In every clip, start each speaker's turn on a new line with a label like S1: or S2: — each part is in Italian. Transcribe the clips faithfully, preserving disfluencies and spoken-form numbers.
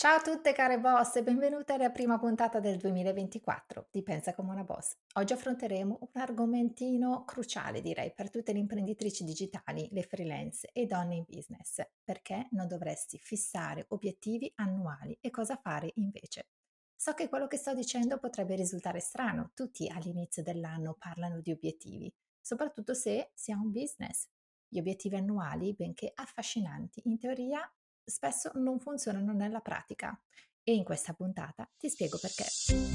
S1: Ciao a tutte care boss e benvenute alla prima puntata del duemilaventiquattro di Pensa come una boss. Oggi affronteremo un argomentino cruciale, direi, per tutte le imprenditrici digitali, le freelance e donne in business. Perché non dovresti fissare obiettivi annuali e cosa fare invece? So che quello che sto dicendo potrebbe risultare strano, tutti all'inizio dell'anno parlano di obiettivi, soprattutto se si ha un business. Gli obiettivi annuali, benché affascinanti, in teoria spesso non funzionano nella pratica e in questa puntata ti spiego perché.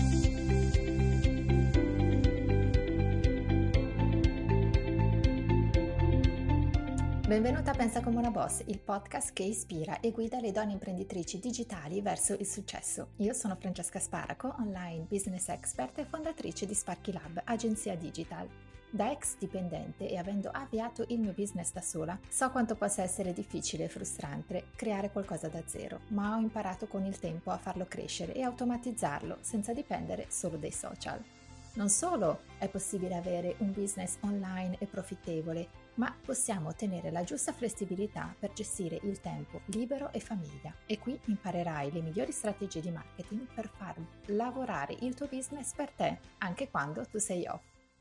S1: Benvenuta a Pensa come una boss, il podcast che ispira e guida le donne imprenditrici digitali verso il successo. Io sono Francesca Sparaco, online business expert e fondatrice di Sparky Lab, agenzia digital. Da ex dipendente e avendo avviato il mio business da sola, so quanto possa essere difficile e frustrante creare qualcosa da zero, ma ho imparato con il tempo a farlo crescere e automatizzarlo senza dipendere solo dai social. Non solo è possibile avere un business online e profittevole, ma possiamo ottenere la giusta flessibilità per gestire il tempo libero e famiglia. E qui imparerai le migliori strategie di marketing per far lavorare il tuo business per te, anche quando tu sei off.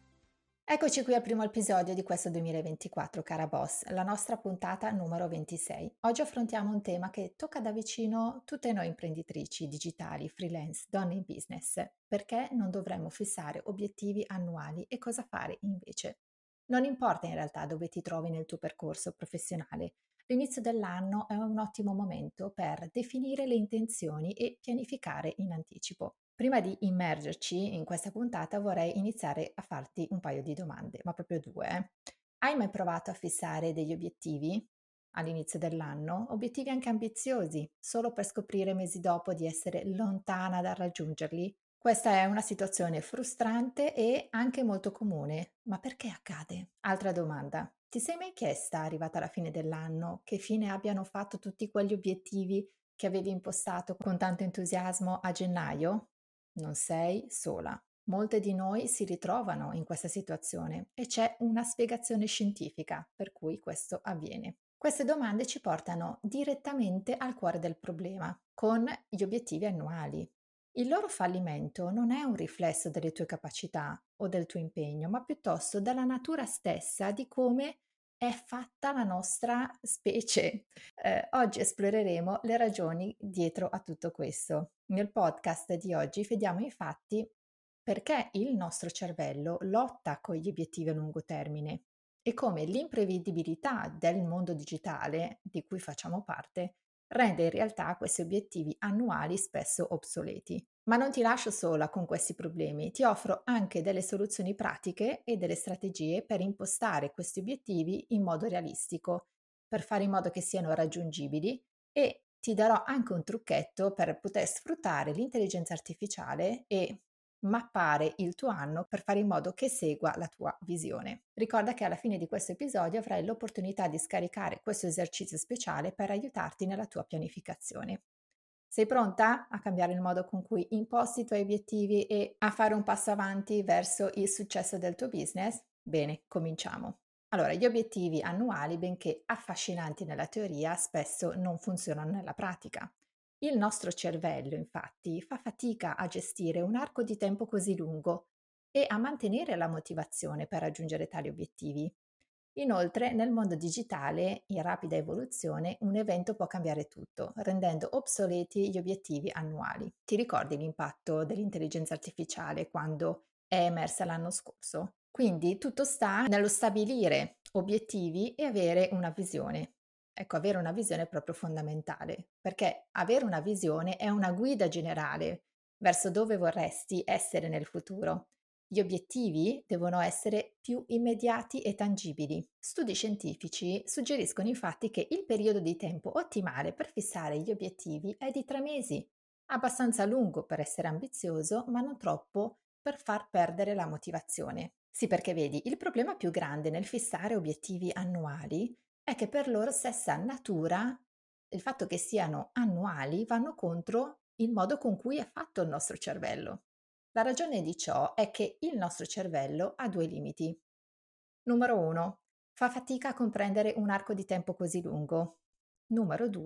S1: Eccoci qui al primo episodio di questo duemilaventiquattro, cara boss, la nostra puntata numero ventisei. Oggi affrontiamo un tema che tocca da vicino tutte noi imprenditrici digitali, freelance, donne in business. Perché non dovremmo fissare obiettivi annuali e cosa fare invece? Non importa in realtà dove ti trovi nel tuo percorso professionale, l'inizio dell'anno è un ottimo momento per definire le intenzioni e pianificare in anticipo. Prima di immergerci in questa puntata vorrei iniziare a farti un paio di domande, ma proprio due. eh. Hai mai provato a fissare degli obiettivi all'inizio dell'anno? Obiettivi anche ambiziosi, solo per scoprire mesi dopo di essere lontana dal raggiungerli? Questa è una situazione frustrante e anche molto comune, ma perché accade? Altra domanda. Ti sei mai chiesta, arrivata alla fine dell'anno, che fine abbiano fatto tutti quegli obiettivi che avevi impostato con tanto entusiasmo a gennaio? Non sei sola. Molte di noi si ritrovano in questa situazione e c'è una spiegazione scientifica per cui questo avviene. Queste domande ci portano direttamente al cuore del problema, con gli obiettivi annuali. Il loro fallimento non è un riflesso delle tue capacità o del tuo impegno, ma piuttosto dalla natura stessa di come è fatta la nostra specie. Eh, oggi esploreremo le ragioni dietro a tutto questo. Nel podcast di oggi vediamo infatti perché il nostro cervello lotta con gli obiettivi a lungo termine e come l'imprevedibilità del mondo digitale di cui facciamo parte rende in realtà questi obiettivi annuali spesso obsoleti. Ma non ti lascio sola con questi problemi, ti offro anche delle soluzioni pratiche e delle strategie per impostare questi obiettivi in modo realistico, per fare in modo che siano raggiungibili e ti darò anche un trucchetto per poter sfruttare l'intelligenza artificiale e mappare il tuo anno per fare in modo che segua la tua visione. Ricorda che alla fine di questo episodio avrai l'opportunità di scaricare questo esercizio speciale per aiutarti nella tua pianificazione. Sei pronta a cambiare il modo con cui imposti i tuoi obiettivi e a fare un passo avanti verso il successo del tuo business? Bene, cominciamo. Allora, gli obiettivi annuali, benché affascinanti nella teoria, spesso non funzionano nella pratica. Il nostro cervello, infatti, fa fatica a gestire un arco di tempo così lungo e a mantenere la motivazione per raggiungere tali obiettivi. Inoltre, nel mondo digitale, in rapida evoluzione, un evento può cambiare tutto, rendendo obsoleti gli obiettivi annuali. Ti ricordi l'impatto dell'intelligenza artificiale quando è emersa l'anno scorso? Quindi tutto sta nello stabilire obiettivi e avere una visione. Ecco, avere una visione è proprio fondamentale, perché avere una visione è una guida generale verso dove vorresti essere nel futuro. Gli obiettivi devono essere più immediati e tangibili. Studi scientifici suggeriscono infatti che il periodo di tempo ottimale per fissare gli obiettivi è di tre mesi, abbastanza lungo per essere ambizioso, ma non troppo per far perdere la motivazione. Sì, perché vedi, il problema più grande nel fissare obiettivi annuali è che per loro stessa natura, il fatto che siano annuali, vanno contro il modo con cui è fatto il nostro cervello. La ragione di ciò è che il nostro cervello ha due limiti. Numero uno, fa fatica a comprendere un arco di tempo così lungo. Numero due,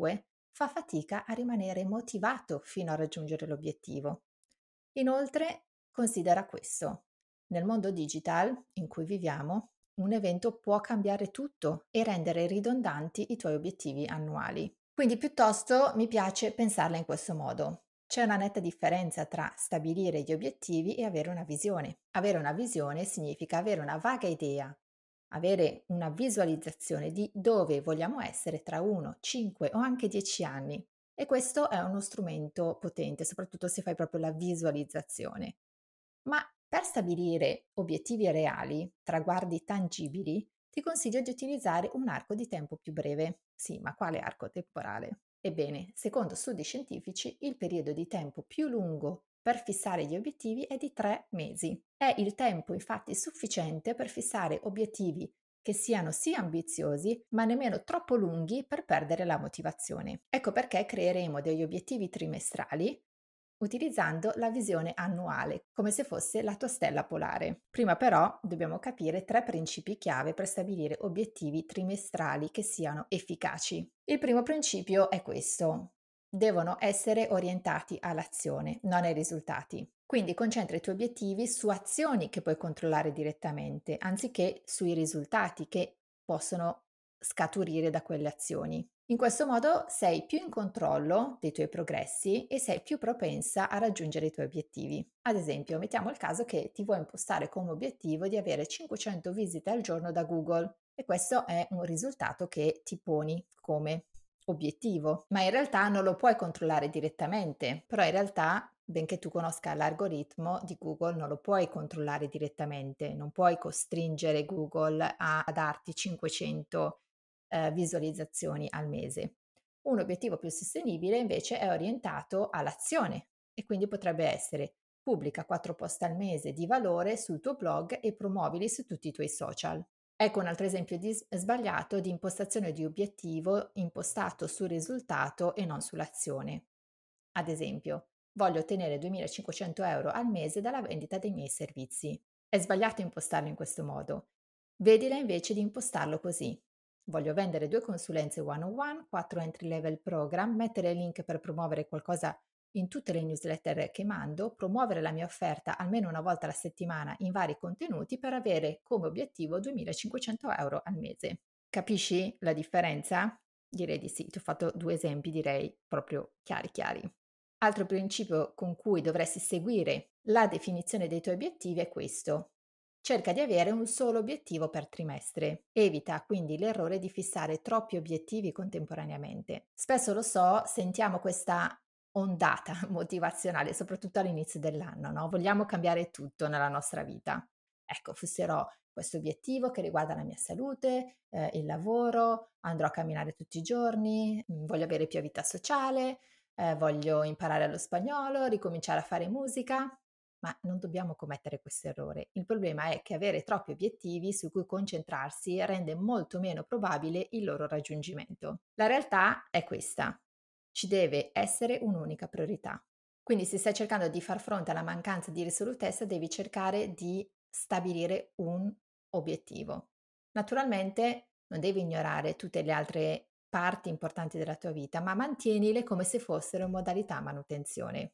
S1: fa fatica a rimanere motivato fino a raggiungere l'obiettivo. Inoltre, considera questo: nel mondo digital in cui viviamo, un evento può cambiare tutto e rendere ridondanti i tuoi obiettivi annuali. Quindi piuttosto mi piace pensarla in questo modo. C'è una netta differenza tra stabilire gli obiettivi e avere una visione. Avere una visione significa avere una vaga idea, avere una visualizzazione di dove vogliamo essere tra uno, cinque o anche dieci anni. E questo è uno strumento potente, soprattutto se fai proprio la visualizzazione. Ma per stabilire obiettivi reali, traguardi tangibili, ti consiglio di utilizzare un arco di tempo più breve. Sì, ma quale arco temporale? Ebbene, secondo studi scientifici, il periodo di tempo più lungo per fissare gli obiettivi è di tre mesi. È il tempo infatti sufficiente per fissare obiettivi che siano sì ambiziosi, ma nemmeno troppo lunghi per perdere la motivazione. Ecco perché creeremo degli obiettivi trimestrali utilizzando la visione annuale, come se fosse la tua stella polare. Prima però dobbiamo capire tre principi chiave per stabilire obiettivi trimestrali che siano efficaci. Il primo principio è questo: devono essere orientati all'azione, non ai risultati. Quindi concentra i tuoi obiettivi su azioni che puoi controllare direttamente, anziché sui risultati che possono scaturire da quelle azioni. In questo modo sei più in controllo dei tuoi progressi e sei più propensa a raggiungere i tuoi obiettivi. Ad esempio, mettiamo il caso che ti vuoi impostare come obiettivo di avere cinquecento visite al giorno da Google e questo è un risultato che ti poni come obiettivo, ma in realtà non lo puoi controllare direttamente, però in realtà, benché tu conosca l'algoritmo di Google, non lo puoi controllare direttamente, non puoi costringere Google a, a darti cinquecento eh, visualizzazioni al mese. Un obiettivo più sostenibile invece è orientato all'azione e quindi potrebbe essere: pubblica quattro post al mese di valore sul tuo blog e promuovili su tutti i tuoi social. Ecco un altro esempio di s- sbagliato di impostazione di obiettivo impostato sul risultato e non sull'azione. Ad esempio, voglio ottenere duemilacinquecento euro al mese dalla vendita dei miei servizi. È sbagliato impostarlo in questo modo. Vedila invece di impostarlo così: voglio vendere due consulenze one on one, quattro entry level program, mettere il link per promuovere qualcosa in tutte le newsletter che mando, promuovere la mia offerta almeno una volta alla settimana in vari contenuti per avere come obiettivo duemilacinquecento euro al mese. Capisci la differenza? Direi di sì, ti ho fatto due esempi, direi proprio chiari chiari. Altro principio con cui dovresti seguire la definizione dei tuoi obiettivi è questo: cerca di avere un solo obiettivo per trimestre. Evita quindi l'errore di fissare troppi obiettivi contemporaneamente. Spesso lo so, sentiamo questa ondata motivazionale, soprattutto all'inizio dell'anno, no? Vogliamo cambiare tutto nella nostra vita. Ecco, fisserò questo obiettivo che riguarda la mia salute, eh, il lavoro, andrò a camminare tutti i giorni, mm, voglio avere più vita sociale, eh, voglio imparare lo spagnolo, ricominciare a fare musica. Ma non dobbiamo commettere questo errore. Il problema è che avere troppi obiettivi su cui concentrarsi rende molto meno probabile il loro raggiungimento. La realtà è questa: ci deve essere un'unica priorità. Quindi se stai cercando di far fronte alla mancanza di risolutezza, devi cercare di stabilire un obiettivo. Naturalmente non devi ignorare tutte le altre parti importanti della tua vita, ma mantienile come se fossero in modalità manutenzione.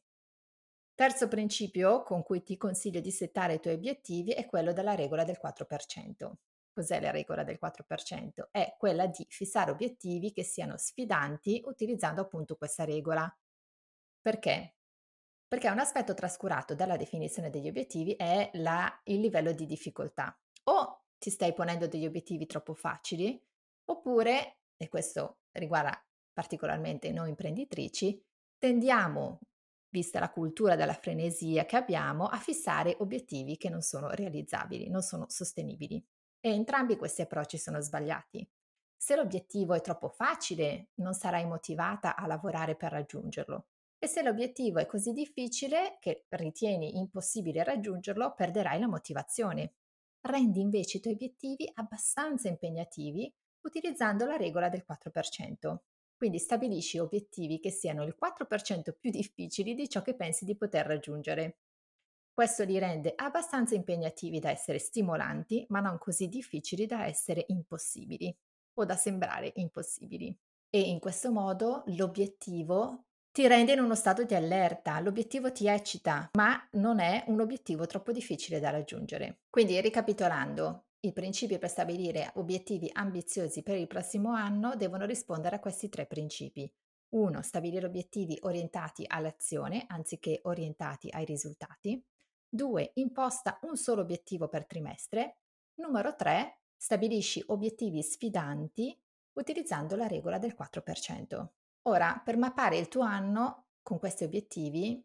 S1: Terzo principio con cui ti consiglio di settare i tuoi obiettivi è quello della regola del quattro per cento. Cos'è la regola del quattro per cento? È quella di fissare obiettivi che siano sfidanti utilizzando appunto questa regola. Perché? Perché un aspetto trascurato dalla definizione degli obiettivi è la- il livello di difficoltà. O ti stai ponendo degli obiettivi troppo facili, oppure, e questo riguarda particolarmente noi imprenditrici, tendiamo, vista la cultura della frenesia che abbiamo, a fissare obiettivi che non sono realizzabili, non sono sostenibili. E entrambi questi approcci sono sbagliati. Se l'obiettivo è troppo facile, non sarai motivata a lavorare per raggiungerlo. E se l'obiettivo è così difficile che ritieni impossibile raggiungerlo, perderai la motivazione. Rendi invece i tuoi obiettivi abbastanza impegnativi utilizzando la regola del quattro per cento. Quindi stabilisci obiettivi che siano il quattro per cento più difficili di ciò che pensi di poter raggiungere. Questo li rende abbastanza impegnativi da essere stimolanti, ma non così difficili da essere impossibili o da sembrare impossibili. e in questo modo l'obiettivo ti rende in uno stato di allerta, l'obiettivo ti eccita, ma non è un obiettivo troppo difficile da raggiungere. Quindi, ricapitolando, i principi per stabilire obiettivi ambiziosi per il prossimo anno devono rispondere a questi tre principi. uno. Stabilire obiettivi orientati all'azione anziché orientati ai risultati. due. Imposta un solo obiettivo per trimestre. Numero tre. Stabilisci obiettivi sfidanti utilizzando la regola del quattro per cento. Ora, per mappare il tuo anno con questi obiettivi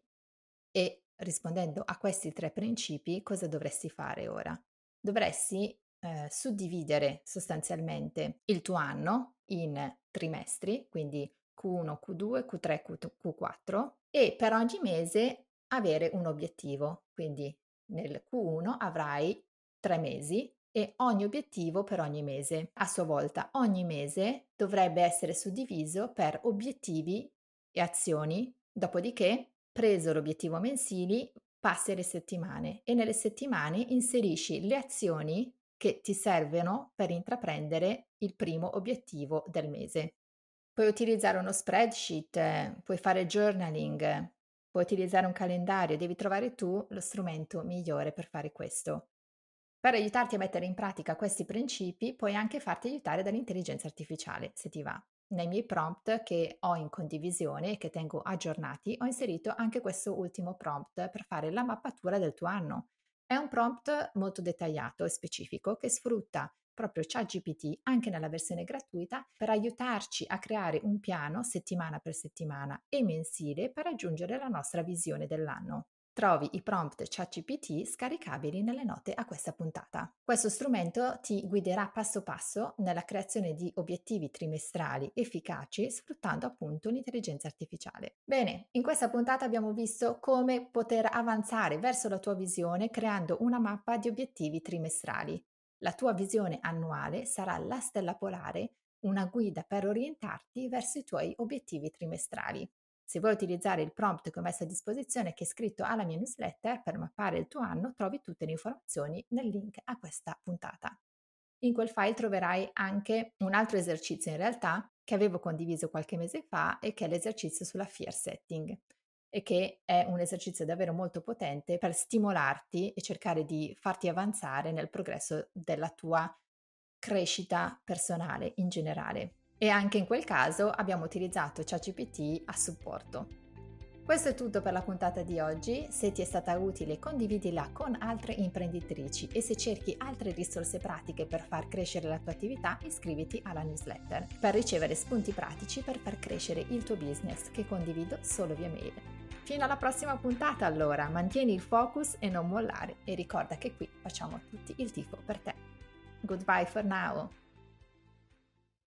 S1: e rispondendo a questi tre principi, cosa dovresti fare ora? Dovresti eh, suddividere sostanzialmente il tuo anno in trimestri, quindi Q uno, Q due, Q tre, Q quattro, e per ogni mese avere un obiettivo. Quindi nel Q uno avrai tre mesi e ogni obiettivo per ogni mese. A sua volta, ogni mese dovrebbe essere suddiviso per obiettivi e azioni. Dopodiché, preso l'obiettivo mensili, passi alle settimane e nelle settimane inserisci le azioni che ti servono per intraprendere il primo obiettivo del mese. Puoi utilizzare uno spreadsheet, eh, puoi fare journaling, puoi utilizzare un calendario, devi trovare tu lo strumento migliore per fare questo. Per aiutarti a mettere in pratica questi principi, puoi anche farti aiutare dall'intelligenza artificiale, se ti va. Nei miei prompt che ho in condivisione e che tengo aggiornati, ho inserito anche questo ultimo prompt per fare la mappatura del tuo anno. È un prompt molto dettagliato e specifico che sfrutta proprio ChatGPT anche nella versione gratuita per aiutarci a creare un piano settimana per settimana e mensile per raggiungere la nostra visione dell'anno. Trovi i prompt ChatGPT scaricabili nelle note a questa puntata. Questo strumento ti guiderà passo passo nella creazione di obiettivi trimestrali efficaci sfruttando appunto l'intelligenza artificiale. Bene, in questa puntata abbiamo visto come poter avanzare verso la tua visione creando una mappa di obiettivi trimestrali. La tua visione annuale sarà la stella polare, una guida per orientarti verso i tuoi obiettivi trimestrali. Se vuoi utilizzare il prompt che ho messo a disposizione che è scritto alla mia newsletter per mappare il tuo anno, trovi tutte le informazioni nel link a questa puntata. In quel file troverai anche un altro esercizio in realtà che avevo condiviso qualche mese fa e che è l'esercizio sulla fear setting e che è un esercizio davvero molto potente per stimolarti e cercare di farti avanzare nel progresso della tua crescita personale in generale. E anche in quel caso abbiamo utilizzato ChatGPT a supporto. Questo è tutto per la puntata di oggi. Se ti è stata utile, condividila con altre imprenditrici e se cerchi altre risorse pratiche per far crescere la tua attività, iscriviti alla newsletter per ricevere spunti pratici per far crescere il tuo business che condivido solo via mail. Fino alla prossima puntata allora, mantieni il focus e non mollare e ricorda che qui facciamo tutti il tifo per te. Goodbye for now!